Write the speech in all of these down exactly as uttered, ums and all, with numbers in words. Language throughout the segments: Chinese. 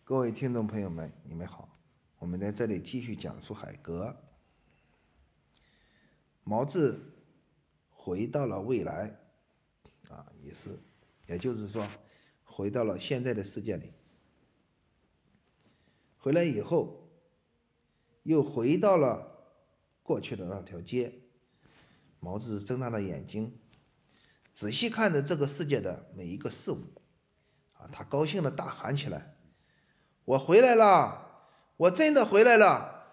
各位听众朋友们，你们好，我们在这里继续讲述海格。毛子回到了未来，啊，也是，也就是说，回到了现在的世界里。回来以后，又回到了过去的那条街。毛子睁大了眼睛，仔细看着这个世界的每一个事物，啊，他高兴地大喊起来：“我回来了！我真的回来了！”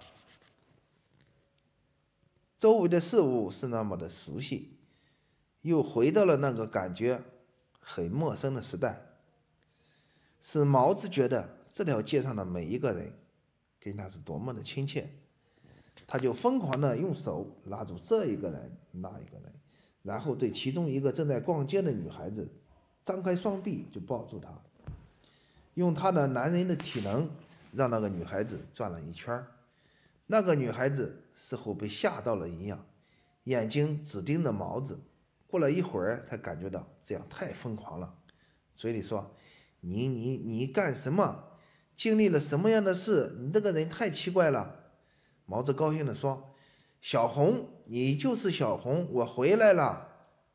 周围的事物是那么的熟悉，又回到了那个感觉很陌生的时代，使毛子觉得这条街上的每一个人跟他是多么的亲切。他就疯狂地用手拉住这一个人那一个人，然后对其中一个正在逛街的女孩子张开双臂就抱住她，用他的男人的体能让那个女孩子转了一圈。那个女孩子似乎被吓到了一样，眼睛只盯着毛子。过了一会儿，她感觉到这样太疯狂了，嘴里说：“你你你干什么？经历了什么样的事？你这个人太奇怪了。”毛子高兴地说：“小红，你就是小红，我回来了。”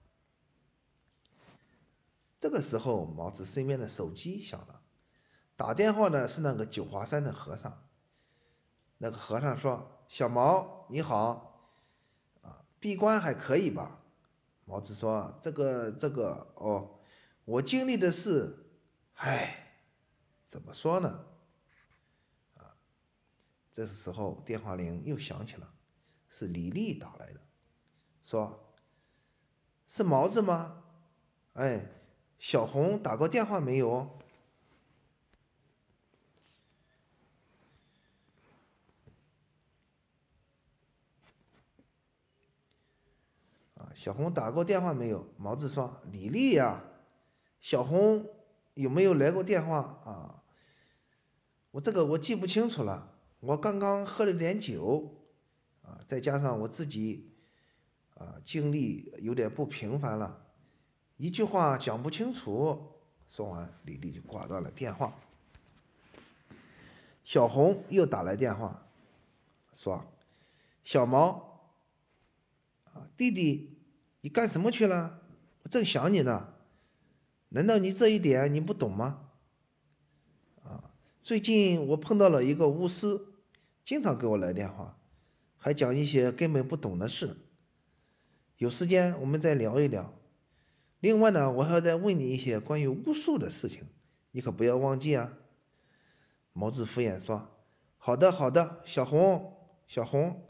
这个时候，毛子身边的手机响了，打电话的是那个九华山的和尚。那个和尚说：“小毛，你好，啊，闭关还可以吧？”毛子说：“这个这个哦，我经历的事，唉，怎么说呢？”啊，这时候电话铃又响起了，是李丽打来的，说：“是毛子吗？哎，小红打过电话没有？”啊，小红打过电话没有？毛子说：“李丽呀，小红有没有来过电话啊？我这个我记不清楚了，我刚刚喝了点酒，啊，再加上我自己啊精力有点不平凡了，一句话讲不清楚。”说完，李丽就挂断了电话。小红又打来电话，说：“小毛，啊，弟弟，你干什么去了？我正想你呢，难道你这一点你不懂吗？啊，最近我碰到了一个巫师，经常给我来电话，还讲一些根本不懂的事。有时间我们再聊一聊。另外呢，我还要再问你一些关于巫术的事情，你可不要忘记啊。”毛子敷衍说：“好的，好的，小红，小红。”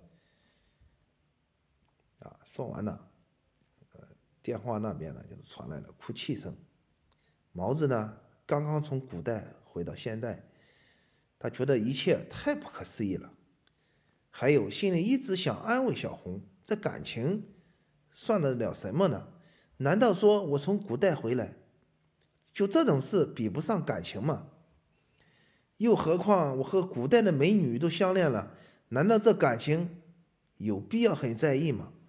啊，说完了，呃，电话那边呢就传来了哭泣声。毛子呢，刚刚从古代回到现代，他觉得一切太不可思议了。还有心里一直想安慰小红，这感情算得了什么呢？难道说我从古代回来，就这种事比不上感情吗？又何况我和古代的美女都相恋了，难道这感情有必要很在意吗？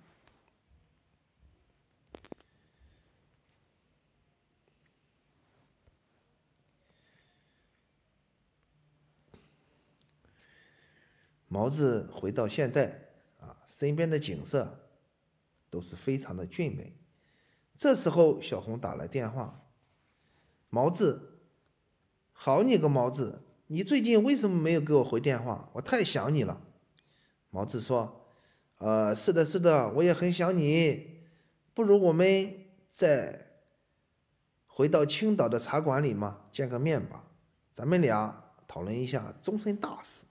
毛子回到现代啊，身边的景色都是非常的俊美。这时候小红打来电话：“毛子，好你个毛子，你最近为什么没有给我回电话？我太想你了。”毛子说：“呃，是的，是的，我也很想你。不如我们再回到青岛的茶馆里嘛，见个面吧，咱们俩讨论一下终身大事。”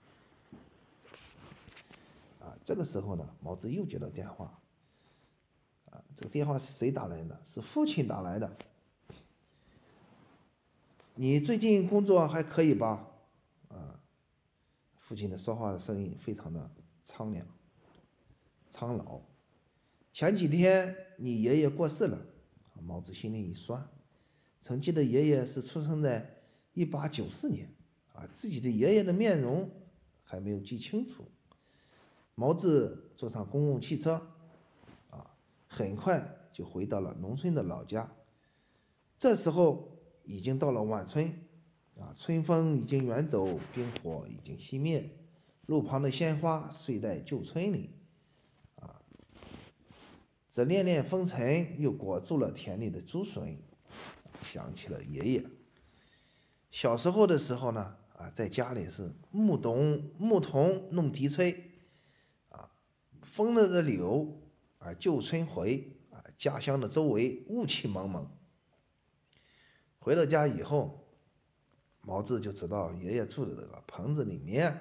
啊，这个时候呢，毛子又接到电话。啊，这个电话是谁打来的？是父亲打来的。“你最近工作还可以吧？”啊，父亲的说话的声音非常的苍凉、苍老。“前几天你爷爷过世了。”毛子心里一酸，曾记得爷爷是出生在一八九四年，啊，自己的爷爷的面容还没有记清楚。毛子坐上公共汽车，啊，很快就回到了农村的老家。这时候已经到了晚春， 啊，春风已经远走，冰火已经熄灭，路旁的鲜花睡在旧村里。啊，这恋恋风尘又裹住了田里的竹笋，想起了爷爷。小时候的时候呢，啊，在家里是牧童牧童弄笛吹，啊，风了的柳，啊，旧村回，啊，家乡的周围雾气蒙蒙。回到家以后，毛子就知道爷爷住的这个棚子里面，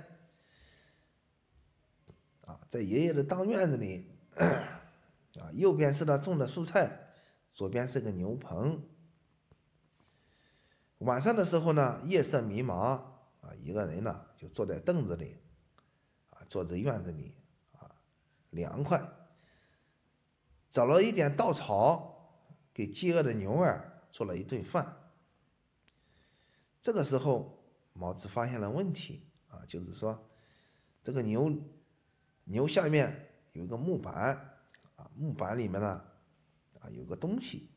啊，在爷爷的当院子里，啊，右边是他种的蔬菜，左边是个牛棚。晚上的时候呢，夜色迷茫，啊，一个人呢就坐在凳子里，啊，坐在院子里，啊，凉快。找了一点稻草，给饥饿的牛儿做了一顿饭。这个时候，毛子发现了问题，啊，就是说，这个牛牛下面有一个木板，啊，木板里面呢，啊，有个东西。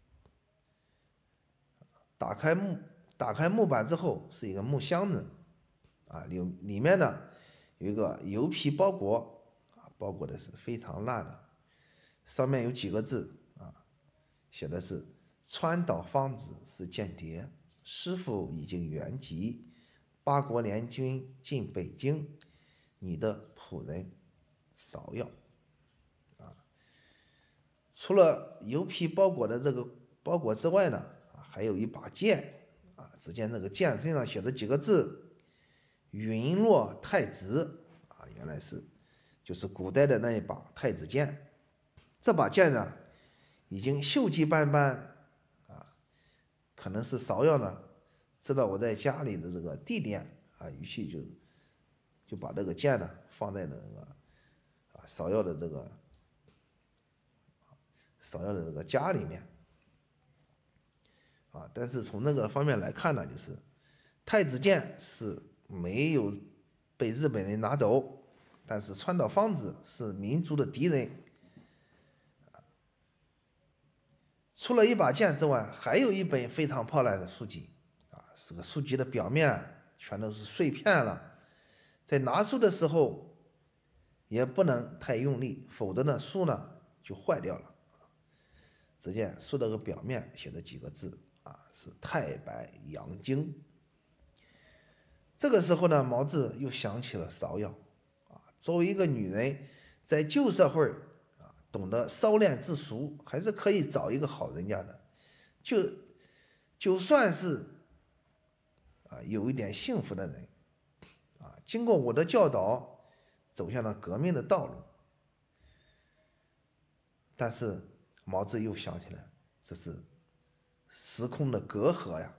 打开木打开木板之后是一个木箱子，啊，里里面呢有一个油皮包裹，啊，包裹的是非常烂的，上面有几个字，啊，写的是川岛芳子是间谍，师傅已经原籍，八国联军进北京，你的仆人芍药。啊，除了油皮包裹的这个包裹之外呢，还有一把剑，啊，只见这个剑身上写着几个字“云落太子”，啊，原来是就是古代的那一把太子剑。这把剑呢，已经锈迹斑斑，啊，可能是芍药呢知道我在家里的这个地点，啊，于是就就把这个剑呢放在了那个啊芍药的这个芍药的这个家里面。啊，但是从那个方面来看呢，就是太子剑是没有被日本人拿走，但是川岛芳子是民族的敌人。除了一把剑之外，还有一本非常破烂的书籍，啊，是个书籍的表面全都是碎片了，在拿书的时候也不能太用力，否则呢书呢就坏掉了。只见书的个表面写着几个字，啊，是太白杨经。这个时候呢，毛子又想起了芍药，啊，作为一个女人，在旧社会啊，懂得烧练自赎，还是可以找一个好人家的。就就算是啊有一点幸福的人，啊，经过我的教导，走向了革命的道路。但是毛子又想起来，这是时空的隔阂呀。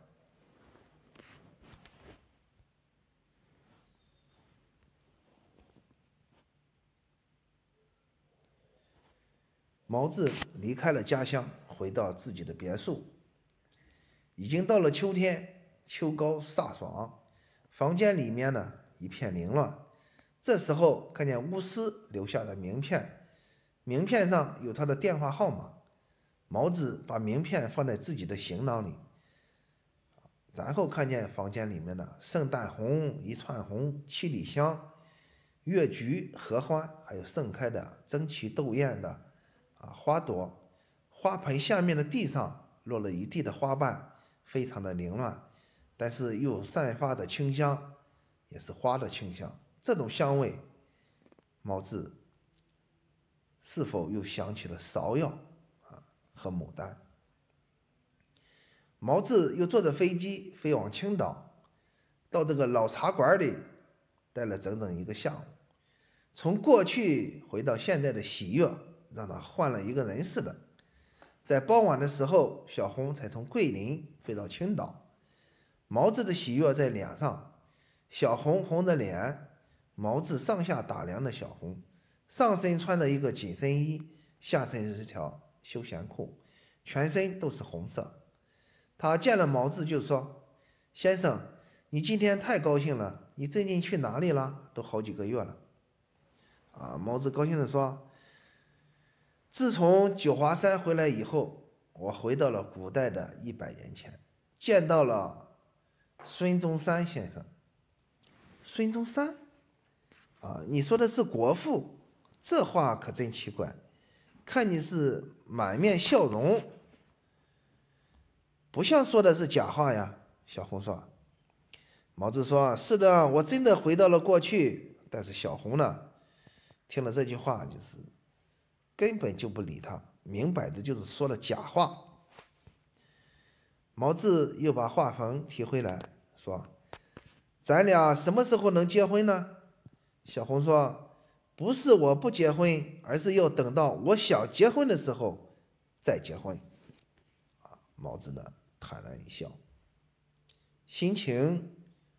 毛子离开了家乡，回到自己的别墅。已经到了秋天，秋高飒爽，房间里面呢一片凌乱。这时候看见巫师留下的名片，名片上有他的电话号码。毛子把名片放在自己的行囊里，然后看见房间里面的圣诞红、一串红、七里香、月菊、合欢，还有盛开的争奇斗艳的啊花朵。花盆下面的地上落了一地的花瓣，非常的凌乱，但是又散发的清香，也是花的清香。这种香味，毛子是否又想起了芍药啊和牡丹？毛子又坐着飞机飞往青岛，到这个老茶馆里待了整整一个下午。从过去回到现在的喜悦，让他换了一个人似的。在傍晚的时候，小红才从桂林飞到青岛。毛子的喜悦在脸上，小红红着脸，毛子上下打量的小红，上身穿着一个紧身衣，下身是条休闲裤，全身都是红色。他见了毛子就说：“先生，你今天太高兴了，你最近去哪里了？都好几个月了。”啊，毛子高兴地说：“自从九华山回来以后，我回到了古代的一百年前，见到了孙中山先生。孙中山啊，你说的是国父，这话可真奇怪。看你是满面笑容，不像说的是假话呀。小红说。毛子说：“是的，我真的回到了过去。”但是小红呢，听了这句话，就是根本就不理他，明摆着就是说了假话。毛子又把话锋提回来，说：“咱俩什么时候能结婚呢？”小红说：“不是我不结婚，而是要等到我想结婚的时候再结婚。”啊，毛子呢坦然一笑，心情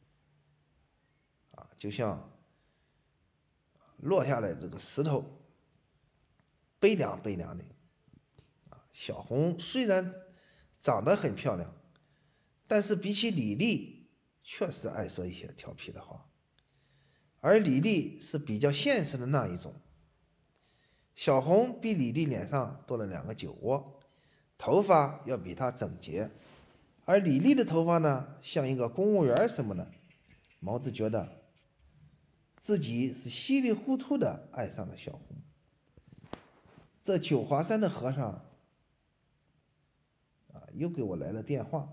啊就像落下来这个石头，悲凉悲凉的。啊，小红虽然长得很漂亮，但是比起李丽，确实爱说一些调皮的话。而李丽是比较现实的那一种。小红比李丽脸上多了两个酒窝，头发要比她整洁，而李丽的头发呢，像一个公务员什么的。毛子觉得自己是稀里糊涂的爱上了小红。这九华山的和尚啊，又给我来了电话，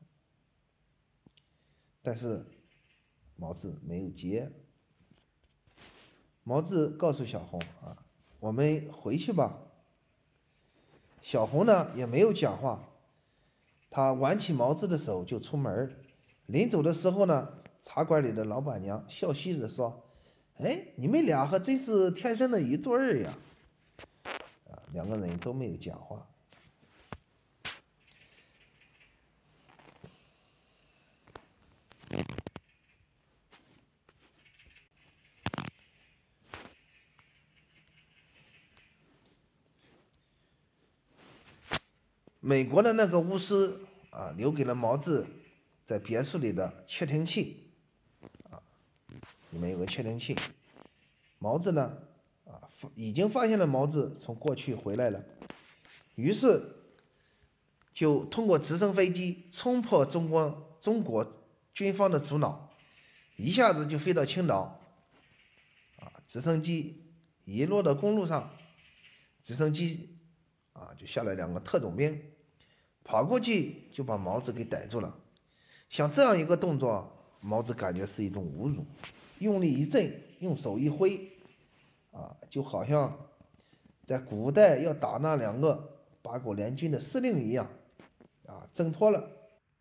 但是毛子没有接。毛子告诉小红啊，我们回去吧。小红呢也没有讲话，她挽起毛子的手就出门。临走的时候呢，茶馆里的老板娘笑嘻嘻的说：“哎，你们俩可真是天生的一对儿呀！”啊，两个人都没有讲话。美国的那个巫师啊，留给了毛子在别墅里的窃听器啊，里面有个窃听器。毛子呢啊，已经发现了毛子从过去回来了，于是就通过直升飞机冲破中国中国军方的阻挠，一下子就飞到青岛。啊，直升机一落到公路上，直升机啊就下来两个特种兵，跑过去就把毛子给逮住了。像这样一个动作，毛子感觉是一种侮辱，用力一震，用手一挥，啊，就好像在古代要打那两个八国联军的司令一样，啊，挣脱了。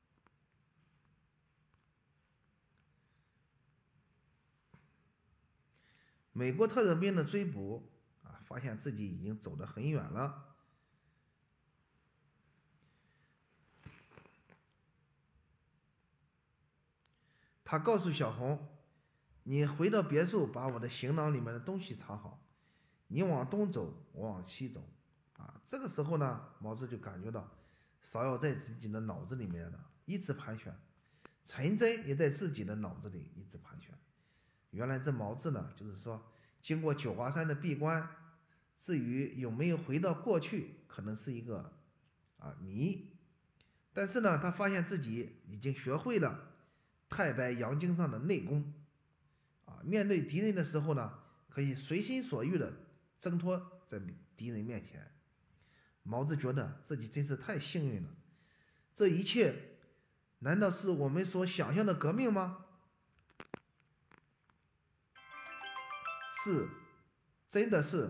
美国特种兵的追捕啊，发现自己已经走得很远了。他告诉小红：“你回到别墅，把我的行囊里面的东西藏好。你往东走，我往西走。”啊，这个时候呢，毛子就感觉到芍药在自己的脑子里面呢一直盘旋，陈真也在自己的脑子里一直盘旋。原来这毛子呢，就是说经过九华山的闭关，至于有没有回到过去，可能是一个啊谜。但是呢，他发现自己已经学会了太白阳经上的内功，啊，面对敌人的时候呢，可以随心所欲的挣脱在敌人面前。毛子觉得自己真是太幸运了，这一切难道是我们所想象的革命吗？是，真的是。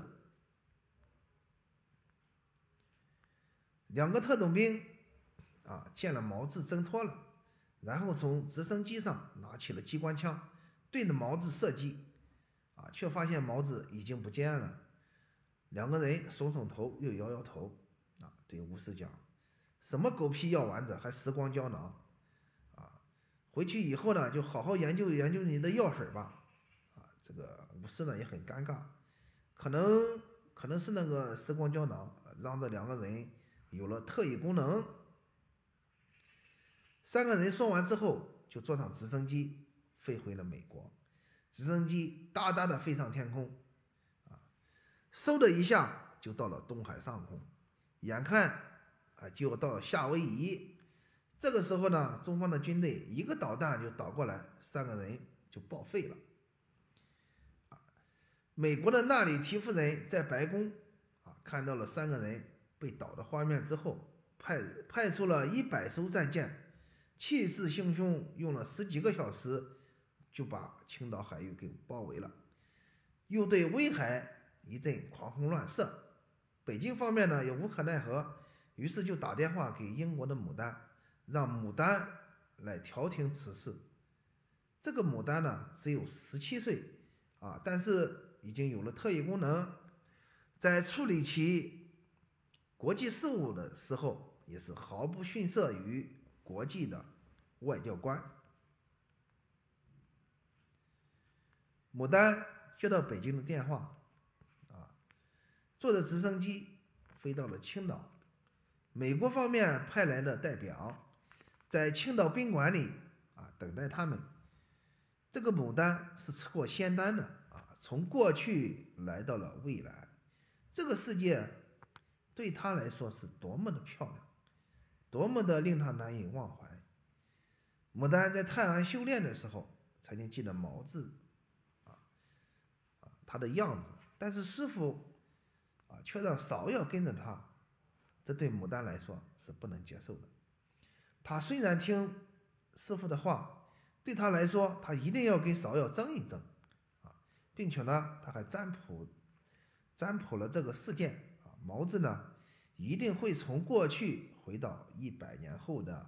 两个特种兵啊，见了毛子挣脱了，然后从直升机上拿起了机关枪，对着毛子射击，啊，却发现毛子已经不见了。两个人耸耸头，又摇摇头，啊，对巫师讲：“什么狗屁药丸子，还时光胶囊，啊，回去以后呢，就好好研究研究你的药水吧。”啊，这个巫师呢也很尴尬，可能可能是那个时光胶囊让这两个人有了特异功能。三个人说完之后，就坐上直升机飞回了美国。直升机大大的飞上天空，啊，嗖的一下就到了东海上空，眼看啊就要到了夏威夷， 这个时候呢，中方的军队一个导弹就倒过来，三个人就报废了。美国的纳里提夫人在白宫啊看到了三个人被倒的画面之后，派派出了一百艘战舰，气势汹汹，用了十几个小时就把青岛海域给包围了，又对威海一阵狂轰乱射。北京方面呢也无可奈何，于是就打电话给英国的牡丹，让牡丹来调停此事。这个牡丹呢只有十七岁啊，但是已经有了特异功能，在处理其国际事务的时候也是毫不逊色于国际的外交官。牡丹接到北京的电话啊，坐着直升机飞到了青岛。美国方面派来的代表在青岛宾馆里啊等待他们。这个牡丹是吃过仙丹的啊，从过去来到了未来，这个世界对他来说是多么的漂亮，多么的令他难以忘怀。牡丹在泰安修炼的时候，曾经记得毛子啊啊他的样子，但是师傅啊却让芍药跟着他，这对牡丹来说是不能接受的。他虽然听师傅的话，对他来说，他一定要跟芍药争一争啊，并且呢，他还占卜占卜了这个事件啊，毛子呢一定会从过去回到一百年后的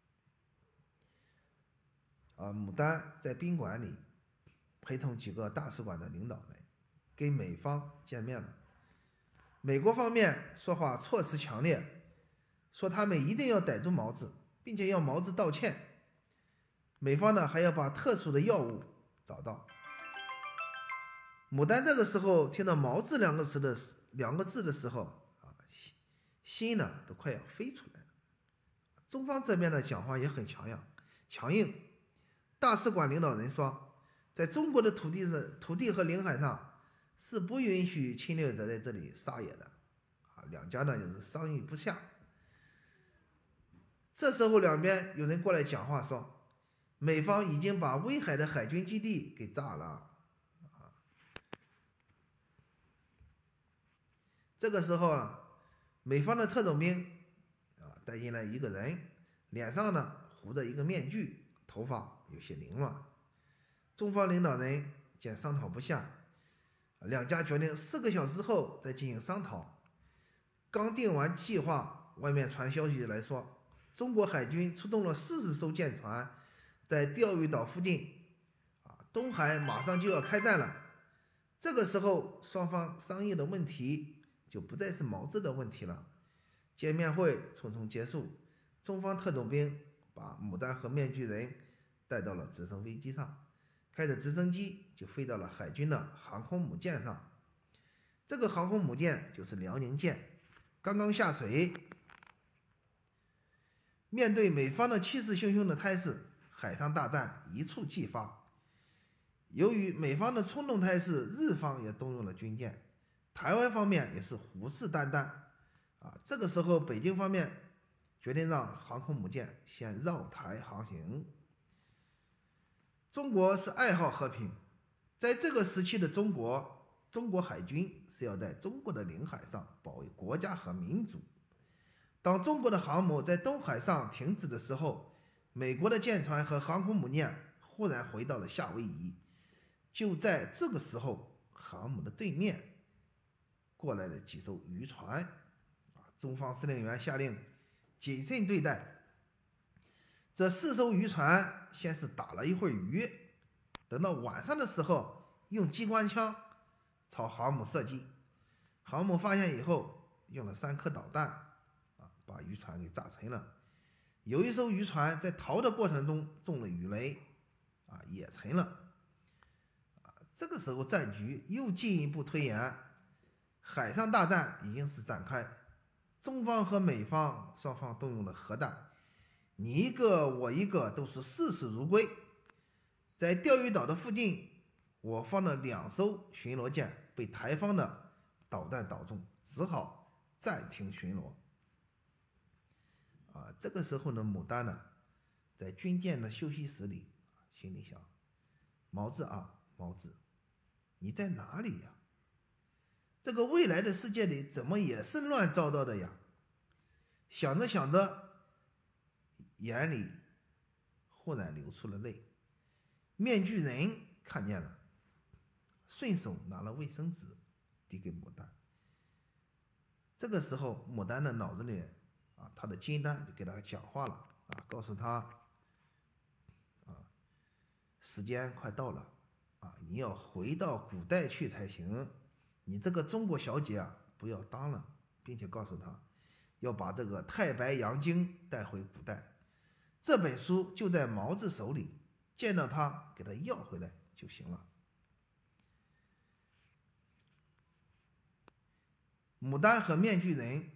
啊。牡丹在宾馆里陪同几个大使馆的领导人跟美方见面了。美国方面说话措辞强烈，说他们一定要逮住毛子，并且要毛子道歉。美方呢还要把特殊的药物找到。牡丹这个时候听到毛子两个词的两个字的时候啊，心呢都快要飞出来了。中方这边的讲话也很强硬，强硬。大使馆领导人说，在中国的土地上、土地和领海上是不允许侵略者在这里撒野的啊。两家呢就是商议不下。这时候两边有人过来讲话说，美方已经把威海的海军基地给炸了啊！这个时候啊，美方的特种兵啊带进来一个人，脸上呢糊着一个面具，头发有些凌乱。中方领导人见商讨不下，两家决定四个小时后再进行商讨。刚定完计划，外面传消息来说，中国海军出动了四十艘舰船。在钓鱼岛附近啊，东海马上就要开战了。这个时候，双方商议的问题就不再是毛子的问题了。见面会匆匆结束，中方特种兵把牡丹和面具人带到了直升飞机上，开着直升机就飞到了海军的航空母舰上。这个航空母舰就是辽宁舰，刚刚下水，面对美方的气势汹汹的态势，海上大战一触即发。由于美方的冲动态势，日方也动用了军舰，台湾方面也是虎视眈眈啊。这个时候，北京方面决定让航空母舰先绕台航行。中国是爱好和平，在这个时期的中国，中国海军是要在中国的领海上保卫国家和民族。当中国的航母在东海上停止的时候，美国的舰船和航空母舰忽然回到了夏威夷。就在这个时候，航母的对面过来了几艘渔船，中方司令员下令谨慎对待。这四艘渔船先是打了一会儿鱼，等到晚上的时候，用机关枪朝航母射击。航母发现以后，用了三颗导弹啊，把渔船给炸沉了。有一艘渔船在逃的过程中中了鱼雷，啊，也沉了。啊，这个时候战局又进一步推演，海上大战已经是展开。中方和美方双方动用了核弹，你一个我一个，都是视死如归。在钓鱼岛的附近，我方的两艘巡逻舰被台方的导弹导中，只好暂停巡逻。 啊，这个时候呢，牡丹呢，在军舰的休息室里，心里想：毛子啊，毛子，你在哪里呀？这个未来的世界里怎么也是乱糟糟的呀？想着想着，眼里忽然流出了泪。面具人看见了，顺手拿了卫生纸递给牡丹。这个时候，牡丹的脑子里啊，他的金丹就给他讲话了啊，告诉他啊，时间快到了啊，你要回到古代去才行。你这个中国小姐啊，不要当了，并且告诉他要把这个《太白杨经》带回古代。这本书就在毛子手里，见到他给他要回来就行了。牡丹和面具人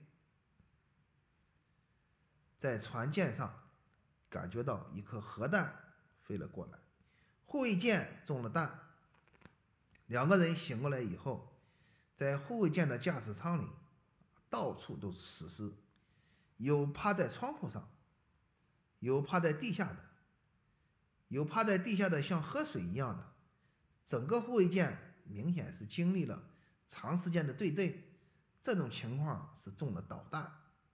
在船舰上感觉到一颗核弹飞了过来，护卫舰中了弹。两个人醒过来以后，在护卫舰的驾驶舱里，到处都是死尸，有趴在窗户上，有趴在地下的，有趴在地下的像喝水一样的。整个护卫舰明显是经历了长时间的对阵，这种情况是中了导弹。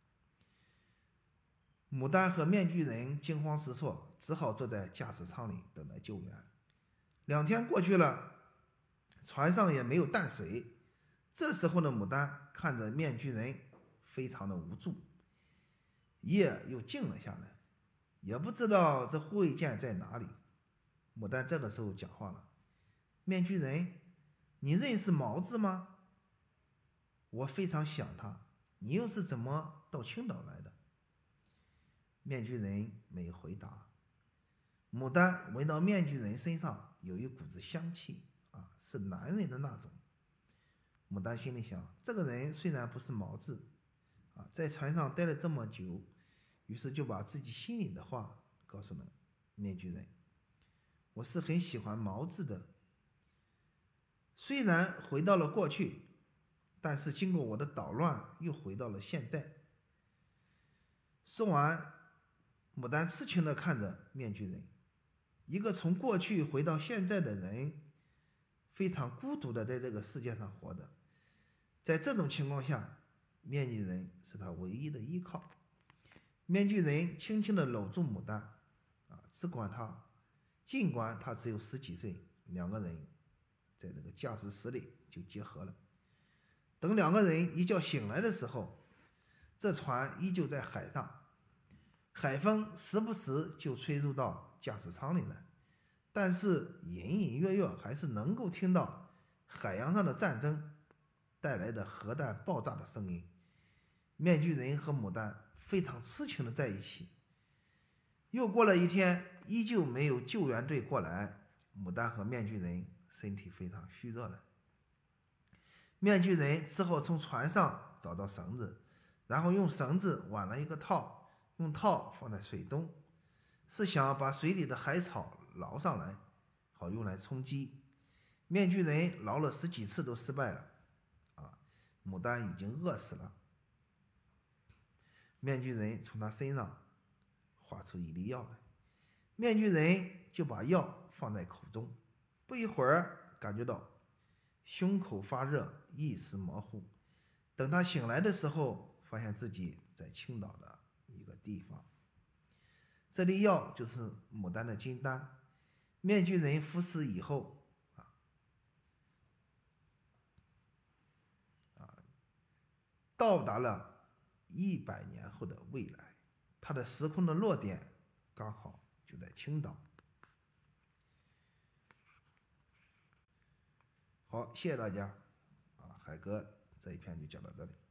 牡丹和面具人惊慌失措，只好坐在驾驶舱里等待救援。两天过去了，船上也没有淡水。这时候的牡丹看着面具人，非常的无助。夜又静了下来，也不知道这护卫舰在哪里。牡丹这个时候讲话了：面具人，你认识毛子吗？我非常想他，你又是怎么到青岛来的？面具人没回答。牡丹闻到面具人身上有一股子香气啊，是男人的那种。牡丹心里想，这个人虽然不是毛子啊，在船上待了这么久，于是就把自己心里的话告诉了面具人：我是很喜欢毛子的，虽然回到了过去，但是经过我的捣乱，又回到了现在。说完，牡丹痴情地看着面具人，一个从过去回到现在的人，非常孤独地在这个世界上活着。在这种情况下，面具人是他唯一的依靠。面具人轻轻地搂住牡丹，啊，只管他，尽管他只有十几岁，两个人在这个驾驶室里就结合了。等两个人一觉醒来的时候，这船依旧在海上，海风时不时就吹入到驾驶舱里来，但是隐隐约约还是能够听到海洋上的战争带来的核弹爆炸的声音。面具人和牡丹非常痴情的在一起。又过了一天，依旧没有救援队过来，牡丹和面具人身体非常虚弱了。面具人只好从船上找到绳子，然后用绳子挽了一个套，用套放在水中，是想把水里的海草捞上来，好用来充饥。面具人捞了十几次都失败了，啊，牡丹已经饿死了。面具人从他身上划出一粒药来，面具人就把药放在口中，不一会儿感觉到胸口发热，意识模糊。等他醒来的时候，发现自己在青岛的一个地方。这粒药就是牡丹的金丹。面具人服食以后啊啊，到达了一百年后的未来，他的时空的落点刚好就在青岛。好，谢谢大家啊，海哥这一篇就讲到这里。